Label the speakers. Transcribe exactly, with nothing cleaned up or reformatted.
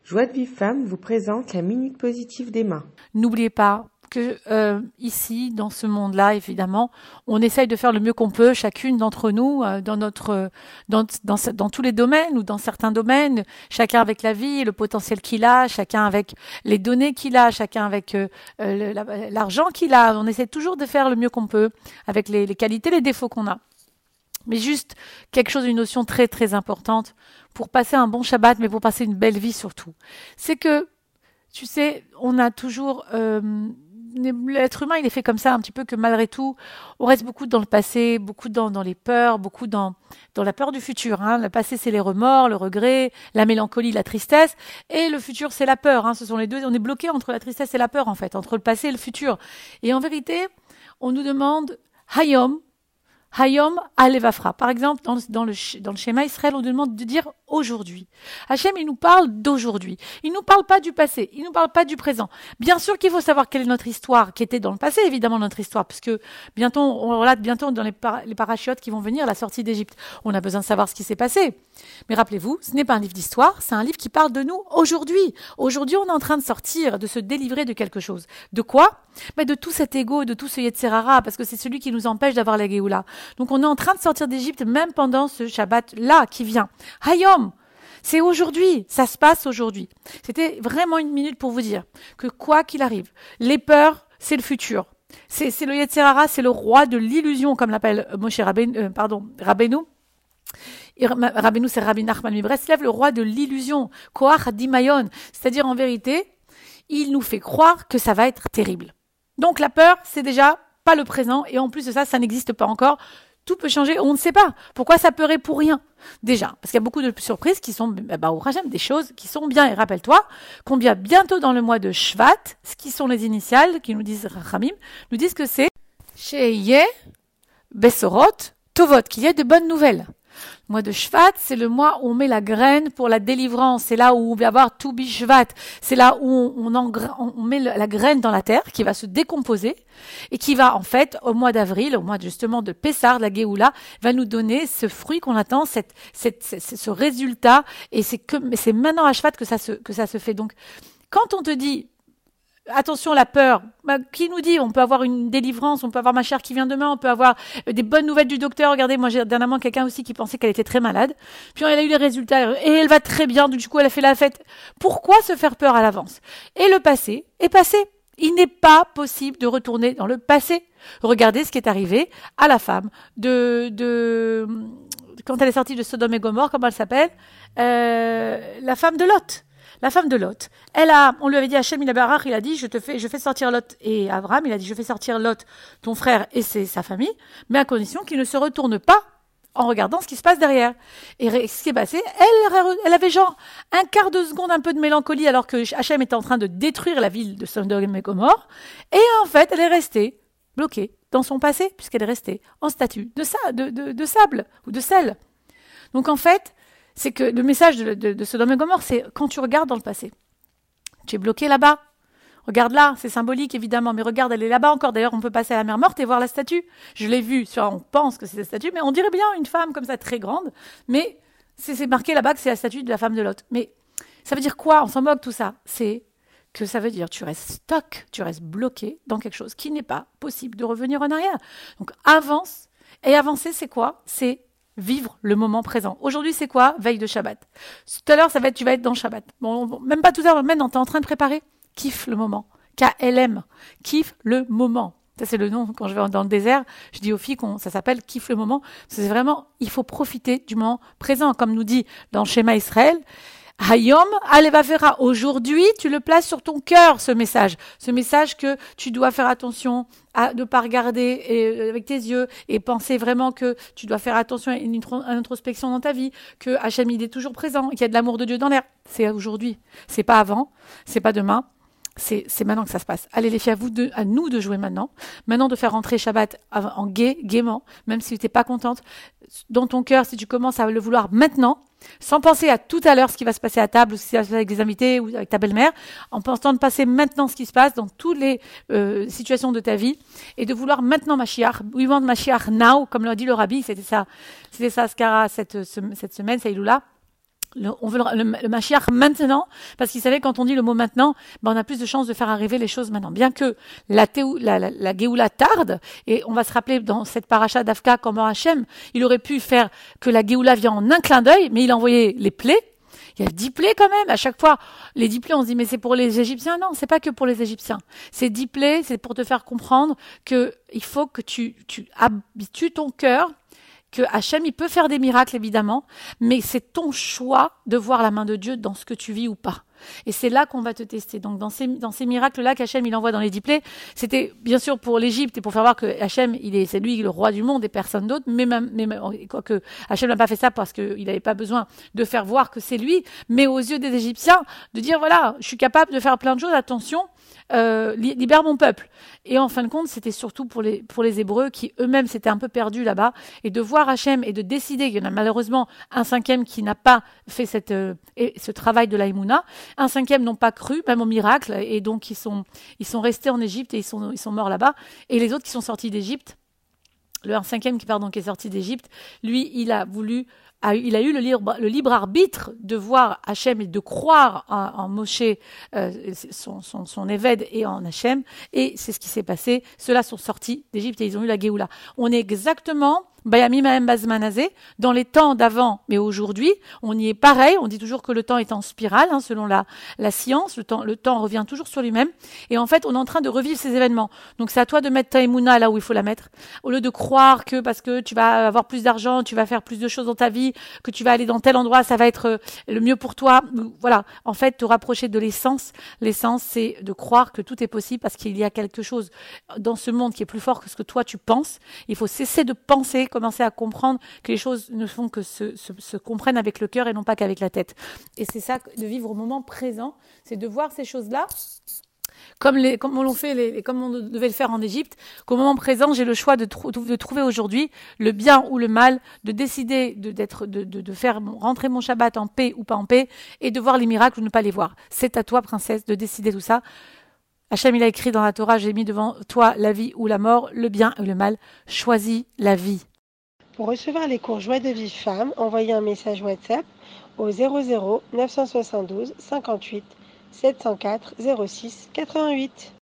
Speaker 1: Joie de Vive Femme vous présente la Minute Positive d'Emma.
Speaker 2: N'oubliez pas que euh, ici, dans ce monde-là, évidemment, on essaye de faire le mieux qu'on peut, chacune d'entre nous, euh, dans notre, dans, dans, dans tous les domaines ou dans certains domaines, chacun avec la vie, le potentiel qu'il a, chacun avec les données qu'il a, chacun avec euh, le, la, l'argent qu'il a. On essaie toujours de faire le mieux qu'on peut avec les, les qualités, les défauts qu'on a. Mais juste quelque chose, une notion très très importante pour passer un bon Shabbat, mais pour passer une belle vie surtout. C'est que, tu sais, on a toujours... Euh, l'être humain, il est fait comme ça un petit peu que malgré tout, on reste beaucoup dans le passé, beaucoup dans, dans les peurs, beaucoup dans, dans la peur du futur. Hein. Le passé, c'est les remords, le regret, la mélancolie, la tristesse. Et le futur, c'est la peur. Hein. Ce sont les deux. On est bloqué entre la tristesse et la peur, en fait, entre le passé et le futur. Et en vérité, on nous demande « Hayom ». Hayom Alevafra. Par exemple, dans le, dans, le, dans le schéma Israël, on nous demande de dire aujourd'hui. Hachem, il nous parle d'aujourd'hui. Il nous parle pas du passé. Il nous parle pas du présent. Bien sûr qu'il faut savoir quelle est notre histoire, qui était dans le passé, évidemment, notre histoire, parce que bientôt, on relate bientôt dans les, par, les parachutes qui vont venir, la sortie d'Égypte. On a besoin de savoir ce qui s'est passé. Mais rappelez-vous, ce n'est pas un livre d'histoire, c'est un livre qui parle de nous aujourd'hui. Aujourd'hui, on est en train de sortir, de se délivrer de quelque chose. De quoi? Mais de tout cet ego, de tout ce Yetzer Hara, parce que c'est celui qui nous empêche d'avoir la Géoula. Donc on est en train de sortir d'Égypte même pendant ce Shabbat-là qui vient. Hayom, c'est aujourd'hui, ça se passe aujourd'hui. C'était vraiment une minute pour vous dire que quoi qu'il arrive, les peurs, c'est le futur. C'est, c'est le Yetzer Hara, c'est le roi de l'illusion, comme l'appelle Moshe Rabbeinu, euh, pardon, Rabbeinu. Rabbeinu, c'est Rabbi Nachman Mibreslev, le roi de l'illusion, Koach Dimayon. C'est-à-dire, en vérité, il nous fait croire que ça va être terrible. Donc la peur, c'est déjà pas le présent, et en plus de ça, ça n'existe pas encore. Tout peut changer, on ne sait pas. Pourquoi ça pleurait pour rien? Déjà, parce qu'il y a beaucoup de surprises qui sont, bah, au Hachem, des choses qui sont bien. Et rappelle-toi, combien bientôt dans le mois de Shvat, ce qui sont les initiales, qui nous disent Rachamim, nous disent que c'est Sheyeh Besorot Tovot, qu'il y ait de bonnes nouvelles. Le mois de Shvat, c'est le mois où on met la graine pour la délivrance. C'est là où on va avoir tout Bishvat. C'est là où on, on, engra- on met la graine dans la terre qui va se décomposer et qui va, en fait, au mois d'avril, au mois justement de Pessar, de la Géoula, va nous donner ce fruit qu'on attend, cette, cette, cette, ce résultat. Et c'est que, c'est maintenant à Shvat que ça se, que ça se fait. Donc, quand on te dit, attention, la peur. Bah, qui nous dit? On peut avoir une délivrance, on peut avoir ma chère qui vient demain, on peut avoir des bonnes nouvelles du docteur. Regardez, moi j'ai dernièrement quelqu'un aussi qui pensait qu'elle était très malade. Puis elle a eu les résultats et elle va très bien. Du coup, elle a fait la fête. Pourquoi se faire peur à l'avance? Et le passé est passé. Il n'est pas possible de retourner dans le passé. Regardez ce qui est arrivé à la femme de, de, quand elle est sortie de Sodome et Gomorrhe, comment elle s'appelle? Euh, la femme de Lot. La femme de Lot, elle a, on lui avait dit, Hachem, il a barach, il a dit, je te fais, je fais sortir Lot et Abraham, il a dit, je fais sortir Lot, ton frère et ses, sa famille, mais à condition qu'il ne se retourne pas en regardant ce qui se passe derrière. Et ce qui est passé, elle, elle avait genre un quart de seconde un peu de mélancolie alors que Hachem était en train de détruire la ville de Sodome et Gomorrhe, et en fait, elle est restée bloquée dans son passé, puisqu'elle est restée en statue de, sa, de, de, de sable ou de sel. Donc en fait, c'est que le message de, de, de Sodome et Gomorrhe, c'est quand tu regardes dans le passé. Tu es bloqué là-bas. Regarde là, c'est symbolique évidemment, mais regarde, elle est là-bas encore. D'ailleurs, on peut passer à la mer morte et voir la statue. Je l'ai vue, on pense que c'est la statue, mais on dirait bien une femme comme ça, très grande. Mais c'est, c'est marqué là-bas que c'est la statue de la femme de Lot. Mais ça veut dire quoi? On s'en moque tout ça. C'est que ça veut dire tu restes stock, tu restes bloqué dans quelque chose qui n'est pas possible de revenir en arrière. Donc avance. Et avancer, c'est quoi? C'est vivre le moment présent. Aujourd'hui, c'est quoi? Veille de Shabbat. Tout à l'heure, ça va être, tu vas être dans Shabbat. Bon, bon même pas tout à l'heure, maintenant, tu es en train de préparer. Kiffe le moment. K L M. Kiffe le moment. Ça, c'est le nom. Quand je vais dans le désert, je dis aux filles qu'on, ça s'appelle kiffe le moment. C'est vraiment, il faut profiter du moment présent. Comme nous dit dans le schéma Israël, Hayom Alevafera. Aujourd'hui, tu le places sur ton cœur, ce message. Ce message que tu dois faire attention à ne pas regarder et, avec tes yeux et penser vraiment que tu dois faire attention à une, une introspection dans ta vie, que Hachem, il est toujours présent, qu'il y a de l'amour de Dieu dans l'air. C'est aujourd'hui. C'est pas avant. C'est pas demain. C'est, c'est maintenant que ça se passe. Allez les filles, à, vous de, à nous de jouer maintenant. Maintenant de faire rentrer Shabbat en gai, gaiement, même si tu n'es pas contente. Dans ton cœur, si tu commences à le vouloir maintenant, sans penser à tout à l'heure ce qui va se passer à table, ou ce qui va se passer avec des invités, ou avec ta belle-mère, en pensant de passer maintenant ce qui se passe dans toutes les euh, situations de ta vie, et de vouloir maintenant Mashiach, we want Mashiach now, comme l'a dit le Rabbi, c'était ça, c'était ça, Skara, cette, cette semaine, Saïloula. Le, on veut le, le, le Mashiach maintenant, parce qu'il savait quand on dit le mot maintenant, ben on a plus de chances de faire arriver les choses maintenant. Bien que la, théou, la, la, la Géoula tarde, et on va se rappeler dans cette paracha d'Afka, quand mort Hachem, il aurait pu faire que la Géoula vienne en un clin d'œil, mais il a envoyé les plaies. Il y a dix plaies quand même. À chaque fois, les dix plaies, on se dit, mais c'est pour les Égyptiens. Non, c'est pas que pour les Égyptiens. Ces dix plaies, c'est pour te faire comprendre que il faut que tu, tu habitues ton cœur, que Hachem, il peut faire des miracles, évidemment, mais c'est ton choix de voir la main de Dieu dans ce que tu vis ou pas. Et c'est là qu'on va te tester. Donc, dans ces, dans ces miracles-là qu'Hachem, il envoie dans les dix plaies, c'était bien sûr pour l'Égypte et pour faire voir que Hachem, il est, c'est lui le roi du monde et personne d'autre, mais même, mais même, quoique Hachem n'a pas fait ça parce qu'il n'avait pas besoin de faire voir que c'est lui, mais aux yeux des Égyptiens, de dire, voilà, je suis capable de faire plein de choses, attention, Euh, libère mon peuple. Et en fin de compte, c'était surtout pour les, pour les Hébreux qui eux-mêmes s'étaient un peu perdus là-bas. Et de voir Hachem et de décider qu'il y en a malheureusement un cinquième qui n'a pas fait cette, euh, ce travail de l'Aïmouna, un cinquième n'ont pas cru, même au miracle, et donc ils sont, ils sont restés en Égypte et ils sont, ils sont morts là-bas. Et les autres qui sont sortis d'Égypte, le un cinquième qui, pardon, qui est sorti d'Égypte, lui, il a voulu A eu, il a eu le libre, le libre arbitre de voir Hachem et de croire en, en Moshe, euh, son, son, son évêque et en Hachem. Et c'est ce qui s'est passé. Ceux-là sont sortis d'Égypte et ils ont eu la Géoula. On est exactement Bayamim Haem Bazmanazé, dans les temps d'avant, mais aujourd'hui, on y est pareil. On dit toujours que le temps est en spirale, hein, selon la, la science. Le temps, le temps revient toujours sur lui-même. Et en fait, on est en train de revivre ces événements. Donc, c'est à toi de mettre ta émouna là où il faut la mettre. Au lieu de croire que parce que tu vas avoir plus d'argent, tu vas faire plus de choses dans ta vie, que tu vas aller dans tel endroit, ça va être le mieux pour toi. Voilà. En fait, te rapprocher de l'essence. L'essence, c'est de croire que tout est possible parce qu'il y a quelque chose dans ce monde qui est plus fort que ce que toi tu penses. Il faut cesser de penser, commencer à comprendre que les choses ne font que se, se, se comprennent avec le cœur et non pas qu'avec la tête. Et c'est ça, de vivre au moment présent, c'est de voir ces choses-là comme, les, comme on l'ont fait, les, comme on devait le faire en Égypte, qu'au moment présent, j'ai le choix de, trou- de trouver aujourd'hui le bien ou le mal, de décider de, d'être, de, de, de faire rentrer mon Shabbat en paix ou pas en paix, et de voir les miracles ou ne pas les voir. C'est à toi, princesse, de décider tout ça. Hachem, il a écrit dans la Torah, j'ai mis devant toi la vie ou la mort, le bien ou le mal. Choisis la vie.
Speaker 3: Pour recevoir les cours Joie de Vive Femme, envoyez un message WhatsApp au zéro zéro neuf cent soixante-douze cinquante-huit sept cent quatre zéro six quatre-vingt-huit.